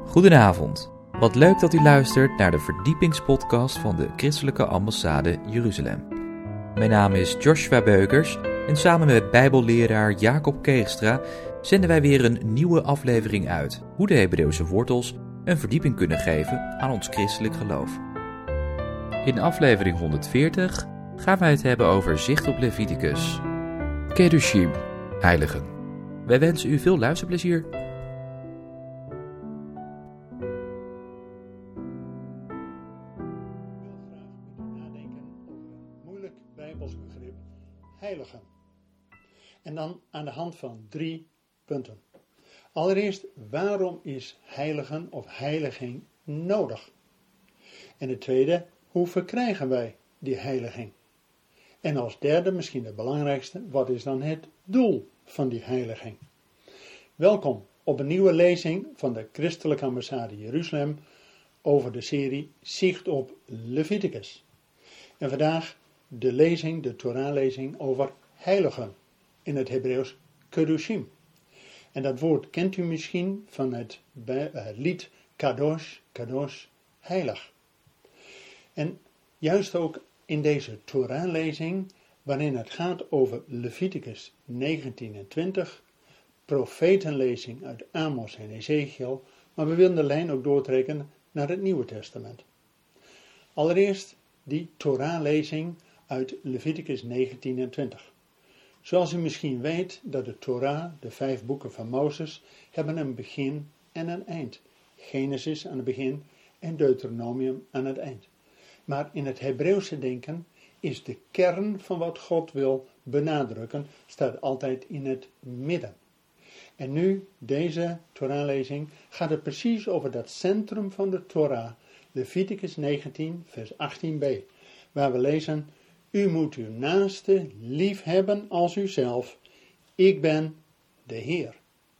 Goedenavond. Wat leuk dat u luistert naar de verdiepingspodcast van de Christelijke Ambassade Jeruzalem. Mijn naam is Joshua Beukers en samen met bijbelleraar Jacob Keegstra zenden wij weer een nieuwe aflevering uit hoe de Hebreeuwse wortels een verdieping kunnen geven aan ons christelijk geloof. In aflevering 140 gaan wij het hebben over zicht op Leviticus. Kedushim, heiligen. Wij wensen u veel luisterplezier. Begrip heiligen. En dan aan de hand van 3 punten. Allereerst, waarom is heiligen of heiliging nodig? En de tweede, hoe verkrijgen wij die heiliging? En als derde, misschien het belangrijkste, wat is dan het doel van die heiliging? Welkom op een nieuwe lezing van de Christelijke Ambassade Jeruzalem over de serie Zicht op Leviticus. En vandaag de lezing, de Torah-lezing over heiligen, in het Hebreeuws Kedushim. En dat woord kent u misschien van het lied Kadosh, Kadosh, heilig. En juist ook in deze Torah-lezing, waarin het gaat over Leviticus 19 en 20, profetenlezing uit Amos en Ezekiel, maar we willen de lijn ook doortrekken naar het Nieuwe Testament. Allereerst die Torah-lezing uit Leviticus 19 en 20. Zoals u misschien weet, dat de Torah, de 5 boeken van Mozes, hebben een begin en een eind. Genesis aan het begin en Deuteronomium aan het eind. Maar in het Hebreeuwse denken is de kern van wat God wil benadrukken, staat altijd in het midden. En nu, deze Torah-lezing, gaat het precies over dat centrum van de Torah, Leviticus 19, vers 18b, waar we lezen: U moet uw naaste lief hebben als uzelf. Ik ben de Heer.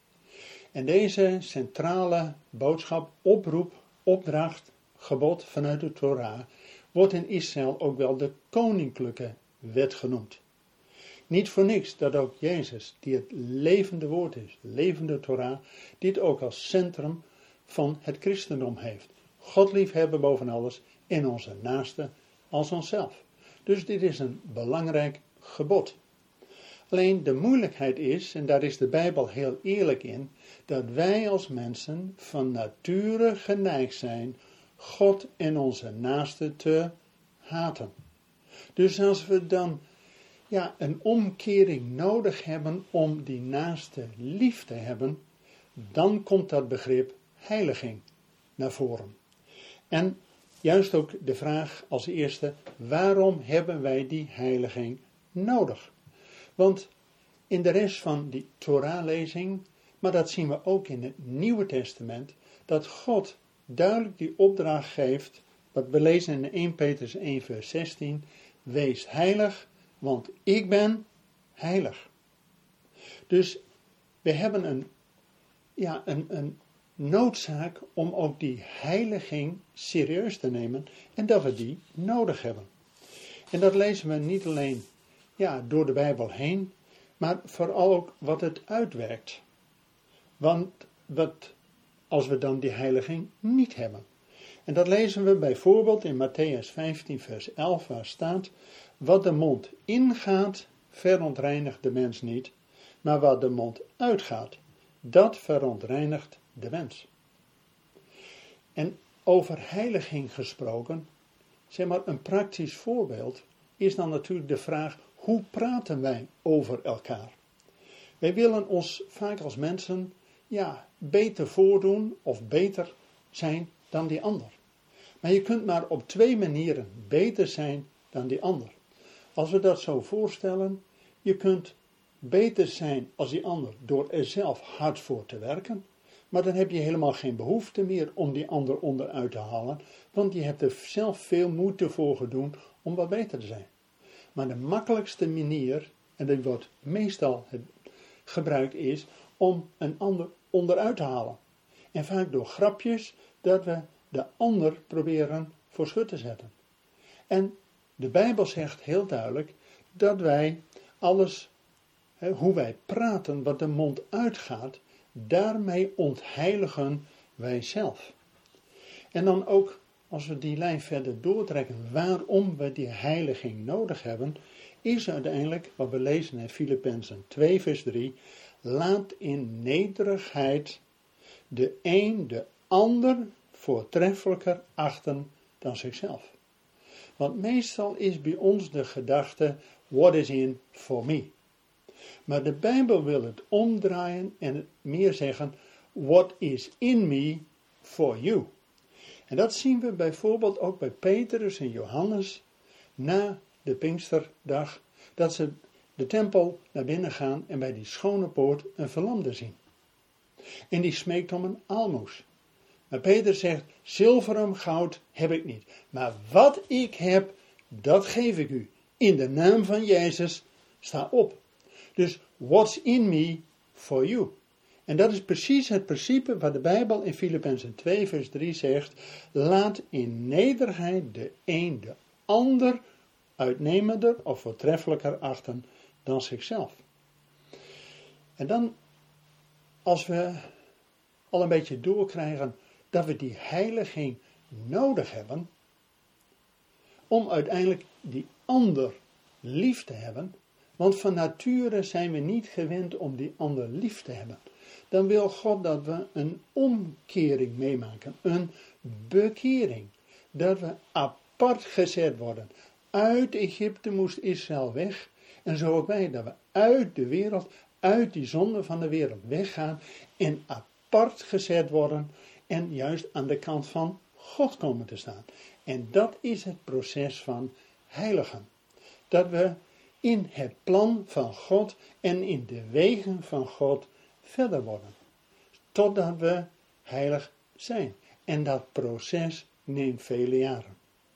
En deze centrale boodschap, oproep, opdracht, gebod vanuit de Torah, wordt in Israël ook wel de koninklijke wet genoemd. Niet voor niks dat ook Jezus, die het levende woord is, levende Torah, dit ook als centrum van het christendom heeft. God liefhebben boven alles en onze naaste als onszelf. Dus dit is een belangrijk gebod. Alleen de moeilijkheid is, en daar is de Bijbel heel eerlijk in, dat wij als mensen van nature geneigd zijn God en onze naaste te haten. Dus als we dan een omkering nodig hebben om die naaste lief te hebben, dan komt dat begrip heiliging naar voren. En juist ook de vraag als eerste, waarom hebben wij die heiliging nodig? Want in de rest van die Torah-lezing, maar dat zien we ook in het Nieuwe Testament, dat God duidelijk die opdracht geeft, wat we lezen in 1 Petrus 1 vers 16, wees heilig, want ik ben heilig. Dus we hebben een noodzaak om ook die heiliging serieus te nemen en dat we die nodig hebben. En dat lezen we niet alleen door de Bijbel heen, maar vooral ook wat het uitwerkt. Want als we dan die heiliging niet hebben. En dat lezen we bijvoorbeeld in Matthäus 15 vers 11 waar staat: wat de mond ingaat, verontreinigt de mens niet, maar wat de mond uitgaat, dat verontreinigt de mens. En over heiliging gesproken, zeg maar een praktisch voorbeeld, is dan natuurlijk de vraag: hoe praten wij over elkaar? Wij willen ons vaak als mensen beter voordoen of beter zijn dan die ander. Maar je kunt maar op 2 manieren beter zijn dan die ander. Als we dat zo voorstellen, je kunt beter zijn als die ander door er zelf hard voor te werken, maar dan heb je helemaal geen behoefte meer om die ander onderuit te halen, want je hebt er zelf veel moeite voor gedaan om wat beter te zijn. Maar de makkelijkste manier, en dat wordt meestal gebruikt, is om een ander onderuit te halen. En vaak door grapjes dat we de ander proberen voor schut te zetten. En de Bijbel zegt heel duidelijk dat wij alles, hoe wij praten, wat de mond uitgaat, daarmee ontheiligen wij zelf. En dan ook, als we die lijn verder doortrekken, waarom we die heiliging nodig hebben, is uiteindelijk wat we lezen in Filippenzen 2 vers 3, laat in nederigheid de een de ander voortreffelijker achten dan zichzelf. Want meestal is bij ons de gedachte, what is in for me? Maar de Bijbel wil het omdraaien en het meer zeggen, what is in me for you? En dat zien we bijvoorbeeld ook bij Petrus en Johannes na de Pinksterdag, dat ze de tempel naar binnen gaan en bij die schone poort een verlamde zien. En die smeekt om een aalmoes. Maar Petrus zegt, zilver en goud heb ik niet. Maar wat ik heb, dat geef ik u. In de naam van Jezus, sta op. Dus what's in me for you? En dat is precies het principe wat de Bijbel in Filippenzen 2 vers 3 zegt. Laat in nederigheid de een de ander uitnemender of voortreffelijker achten dan zichzelf. En dan, als we al een beetje doorkrijgen dat we die heiliging nodig hebben, om uiteindelijk die ander lief te hebben, want van nature zijn we niet gewend om die ander lief te hebben. Dan wil God dat we een omkering meemaken, een bekering, dat we apart gezet worden. Uit Egypte moest Israël weg en zo ook wij, dat we uit de wereld, uit die zonde van de wereld weggaan en apart gezet worden en juist aan de kant van God komen te staan. En dat is het proces van heiligen. Dat we in het plan van God en in de wegen van God verder worden. Totdat we heilig zijn. En dat proces neemt vele jaren.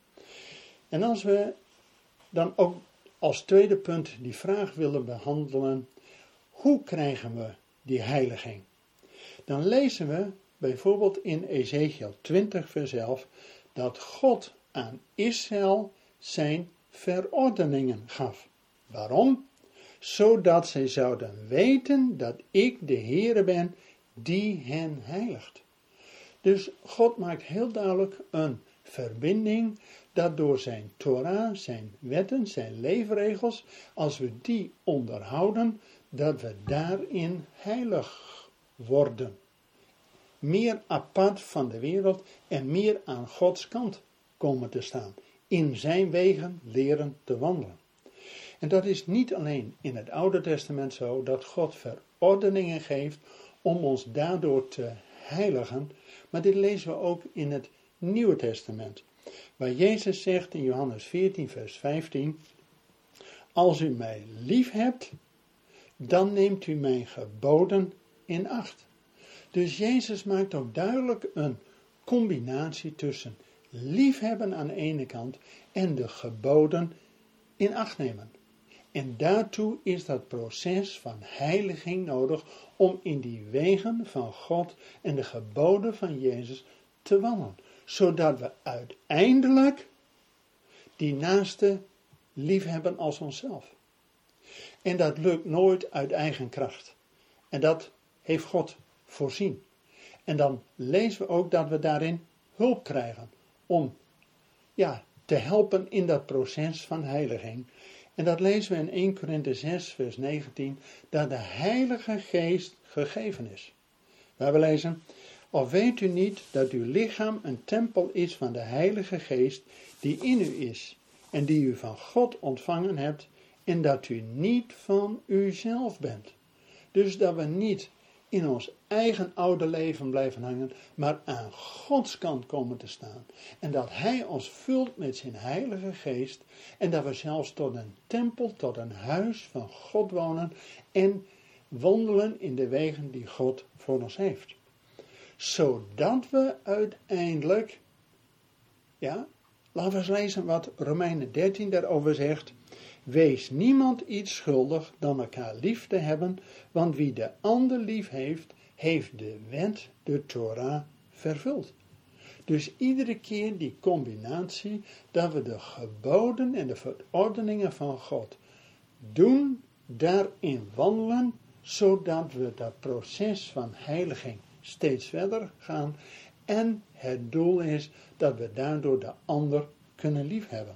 En als we dan ook als tweede punt die vraag willen behandelen, hoe krijgen we die heiliging? Dan lezen we bijvoorbeeld in Ezekiel 20 vers 11 dat God aan Israël zijn verordeningen gaf. Waarom? Zodat zij zouden weten dat ik de Heere ben die hen heiligt. Dus God maakt heel duidelijk een verbinding dat door zijn Torah, zijn wetten, zijn leefregels, als we die onderhouden, dat we daarin heilig worden. Meer apart van de wereld en meer aan Gods kant komen te staan. In zijn wegen leren te wandelen. En dat is niet alleen in het Oude Testament zo, dat God verordeningen geeft om ons daardoor te heiligen, maar dit lezen we ook in het Nieuwe Testament. Waar Jezus zegt in Johannes 14 vers 15, als u mij lief hebt, dan neemt u mijn geboden in acht. Dus Jezus maakt ook duidelijk een combinatie tussen liefhebben aan de ene kant en de geboden in acht nemen. En daartoe is dat proces van heiliging nodig om in die wegen van God en de geboden van Jezus te wandelen. Zodat we uiteindelijk die naaste liefhebben als onszelf. En dat lukt nooit uit eigen kracht. En dat heeft God voorzien. En dan lezen we ook dat we daarin hulp krijgen om te helpen in dat proces van heiliging. En dat lezen we in 1 Korinthe 6 vers 19, dat de Heilige Geest gegeven is. Waar we lezen, of weet u niet dat uw lichaam een tempel is van de Heilige Geest die in u is en die u van God ontvangen hebt en dat u niet van uzelf bent. Dus dat we niet in ons eigen oude leven blijven hangen, maar aan Gods kant komen te staan. En dat Hij ons vult met zijn Heilige Geest en dat we zelfs tot een tempel, tot een huis van God wonen en wandelen in de wegen die God voor ons heeft. Zodat we uiteindelijk, laten we eens lezen wat Romeinen 13 daarover zegt. Wees niemand iets schuldig dan elkaar lief te hebben, want wie de ander lief heeft, heeft de wet, de Torah, vervuld. Dus iedere keer die combinatie, dat we de geboden en de verordeningen van God doen, daarin wandelen, zodat we dat proces van heiliging steeds verder gaan. En het doel is dat we daardoor de ander kunnen liefhebben.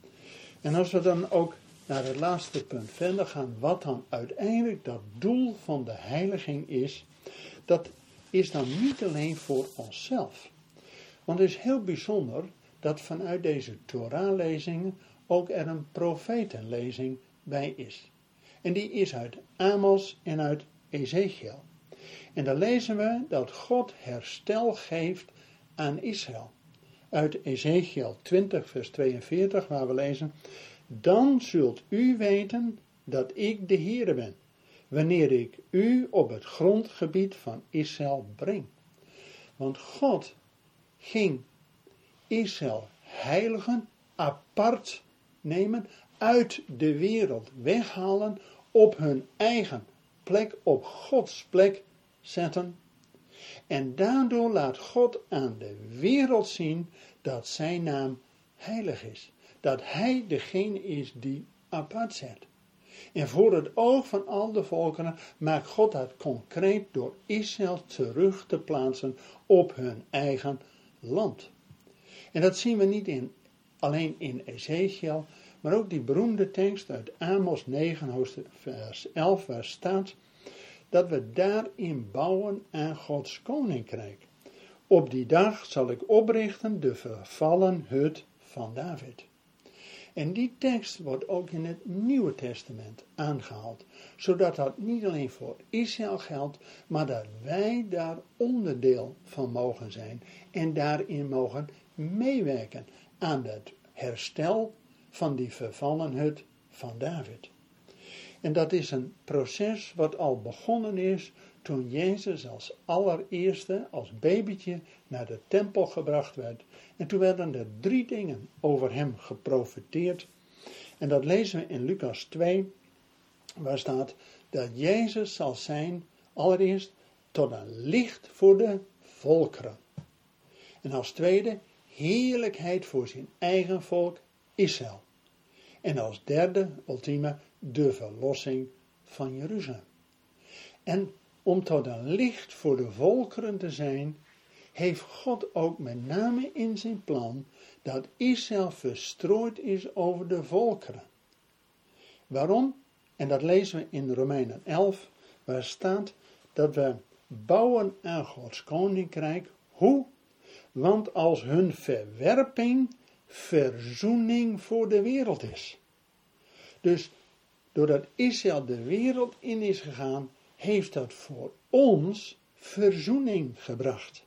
En als we dan ook naar het laatste punt verder gaan, wat dan uiteindelijk dat doel van de heiliging is, dat is dan niet alleen voor onszelf. Want het is heel bijzonder dat vanuit deze Torah-lezingen ook er een profetenlezing bij is. En die is uit Amos en uit Ezechiel. En dan lezen we dat God herstel geeft aan Israël. Uit Ezechiel 20 vers 42 waar we lezen: Dan zult u weten dat ik de Heere ben, wanneer ik u op het grondgebied van Israël breng. Want God ging Israël heiligen, apart nemen, uit de wereld weghalen, op hun eigen plek, op Gods plek zetten. En daardoor laat God aan de wereld zien dat zijn naam heilig is. Dat hij degene is die apart zet. En voor het oog van al de volkeren maakt God dat concreet door Israël terug te plaatsen op hun eigen land. En dat zien we niet alleen in Ezechiel, maar ook die beroemde tekst uit Amos 9, hoofdstuk vers 11, waar staat dat we daarin bouwen aan Gods koninkrijk. Op die dag zal ik oprichten de vervallen hut van David. En die tekst wordt ook in het Nieuwe Testament aangehaald, zodat dat niet alleen voor Israël geldt, maar dat wij daar onderdeel van mogen zijn en daarin mogen meewerken aan het herstel van die vervallen hut van David. En dat is een proces wat al begonnen is toen Jezus als allereerste, als babytje, naar de tempel gebracht werd. En toen werden er 3 dingen over hem geprofeteerd. En dat lezen we in Lucas 2, waar staat dat Jezus zal zijn, allereerst, tot een licht voor de volkeren. En als tweede, heerlijkheid voor zijn eigen volk, Israël. En als derde, ultieme, de verlossing van Jeruzalem. En om tot een licht voor de volkeren te zijn, heeft God ook met name in zijn plan dat Israël verstrooid is over de volkeren. Waarom? En dat lezen we in Romeinen 11, waar staat dat we bouwen aan Gods koninkrijk. Hoe? Want als hun verwerping verzoening voor de wereld is. Dus doordat Israël de wereld in is gegaan, heeft dat voor ons verzoening gebracht.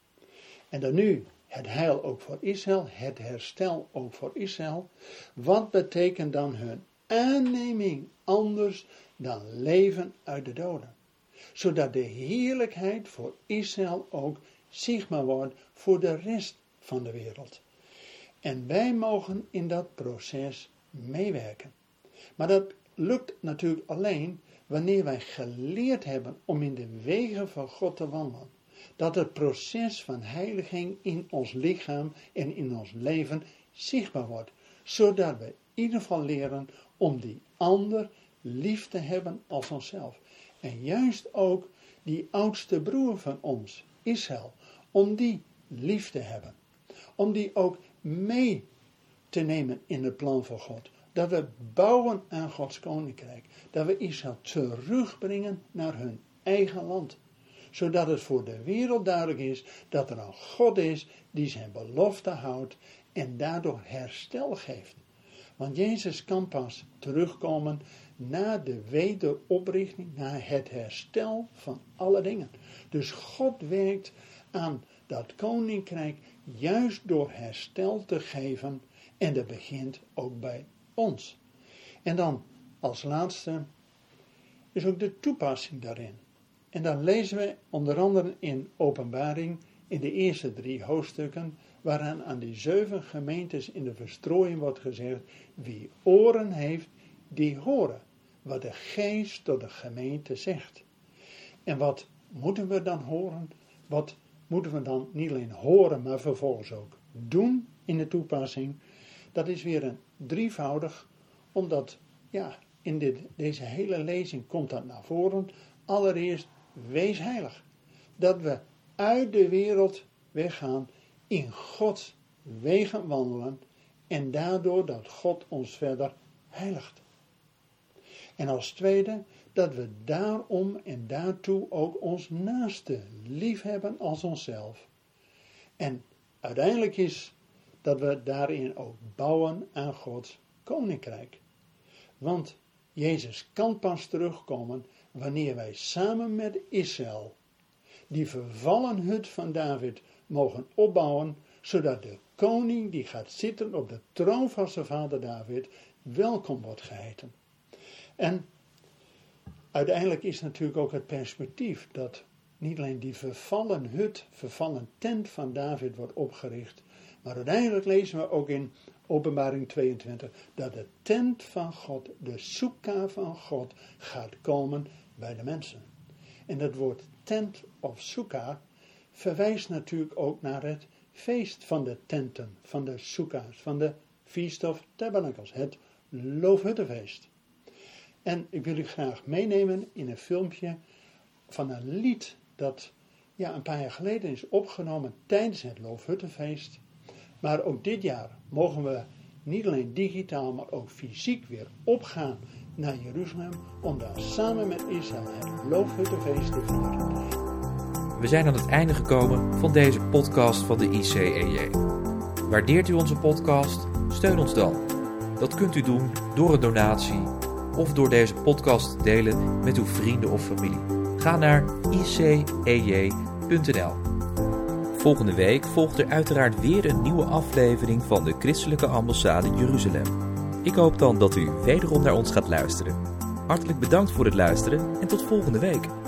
En dan nu het heil ook voor Israël, het herstel ook voor Israël. Wat betekent dan hun aanneming anders dan leven uit de doden? Zodat de heerlijkheid voor Israël ook zichtbaar wordt voor de rest van de wereld. En wij mogen in dat proces meewerken. Maar dat lukt natuurlijk alleen wanneer wij geleerd hebben om in de wegen van God te wandelen. Dat het proces van heiliging in ons lichaam en in ons leven zichtbaar wordt. Zodat we in ieder geval leren om die ander lief te hebben als onszelf. En juist ook die oudste broer van ons, Israël, om die lief te hebben. Om die ook mee te nemen in het plan van God. Dat we bouwen aan Gods koninkrijk. Dat we Israël terugbrengen naar hun eigen land. Zodat het voor de wereld duidelijk is dat er een God is die zijn belofte houdt en daardoor herstel geeft. Want Jezus kan pas terugkomen na de wederoprichting, na het herstel van alle dingen. Dus God werkt aan dat koninkrijk juist door herstel te geven en dat begint ook bij ons. En dan als laatste is ook de toepassing daarin. En dan lezen we onder andere in Openbaring in de eerste 3 hoofdstukken, waaraan aan die 7 gemeentes in de verstrooiing wordt gezegd, wie oren heeft, die horen wat de geest tot de gemeente zegt. En wat moeten we dan horen? Wat moeten we dan niet alleen horen, maar vervolgens ook doen in de toepassing? Dat is weer een drievoudig, omdat in deze hele lezing komt dat naar voren. Allereerst, wees heilig. dat we uit de wereld weggaan, in Gods wegen wandelen en daardoor dat God ons verder heiligt. En als tweede, dat we daarom en daartoe ook ons naaste lief hebben als onszelf. En uiteindelijk is dat we daarin ook bouwen aan Gods koninkrijk. Want Jezus kan pas terugkomen wanneer wij samen met Israël die vervallen hut van David mogen opbouwen, zodat de koning die gaat zitten op de troon van zijn vader David welkom wordt geheten. En uiteindelijk is natuurlijk ook het perspectief dat niet alleen die vervallen hut, vervallen tent van David wordt opgericht, maar uiteindelijk lezen we ook in Openbaring 22 dat de tent van God, de soeka van God, gaat komen bij de mensen. En dat woord tent of soeka verwijst natuurlijk ook naar het feest van de tenten, van de soeka's, van de Feast of Tabernacles, het Loofhuttenfeest. En ik wil u graag meenemen in een filmpje van een lied dat een paar jaar geleden is opgenomen tijdens het Loofhuttenfeest. Maar ook dit jaar mogen we niet alleen digitaal, maar ook fysiek weer opgaan naar Jeruzalem om daar samen met Israël het Loofhuttenfeest te vieren. We zijn aan het einde gekomen van deze podcast van de ICEJ. Waardeert u onze podcast? Steun ons dan. Dat kunt u doen door een donatie of door deze podcast te delen met uw vrienden of familie. Ga naar icej.nl. Volgende week volgt er uiteraard weer een nieuwe aflevering van de Christelijke Ambassade Jeruzalem. Ik hoop dan dat u wederom naar ons gaat luisteren. Hartelijk bedankt voor het luisteren en tot volgende week.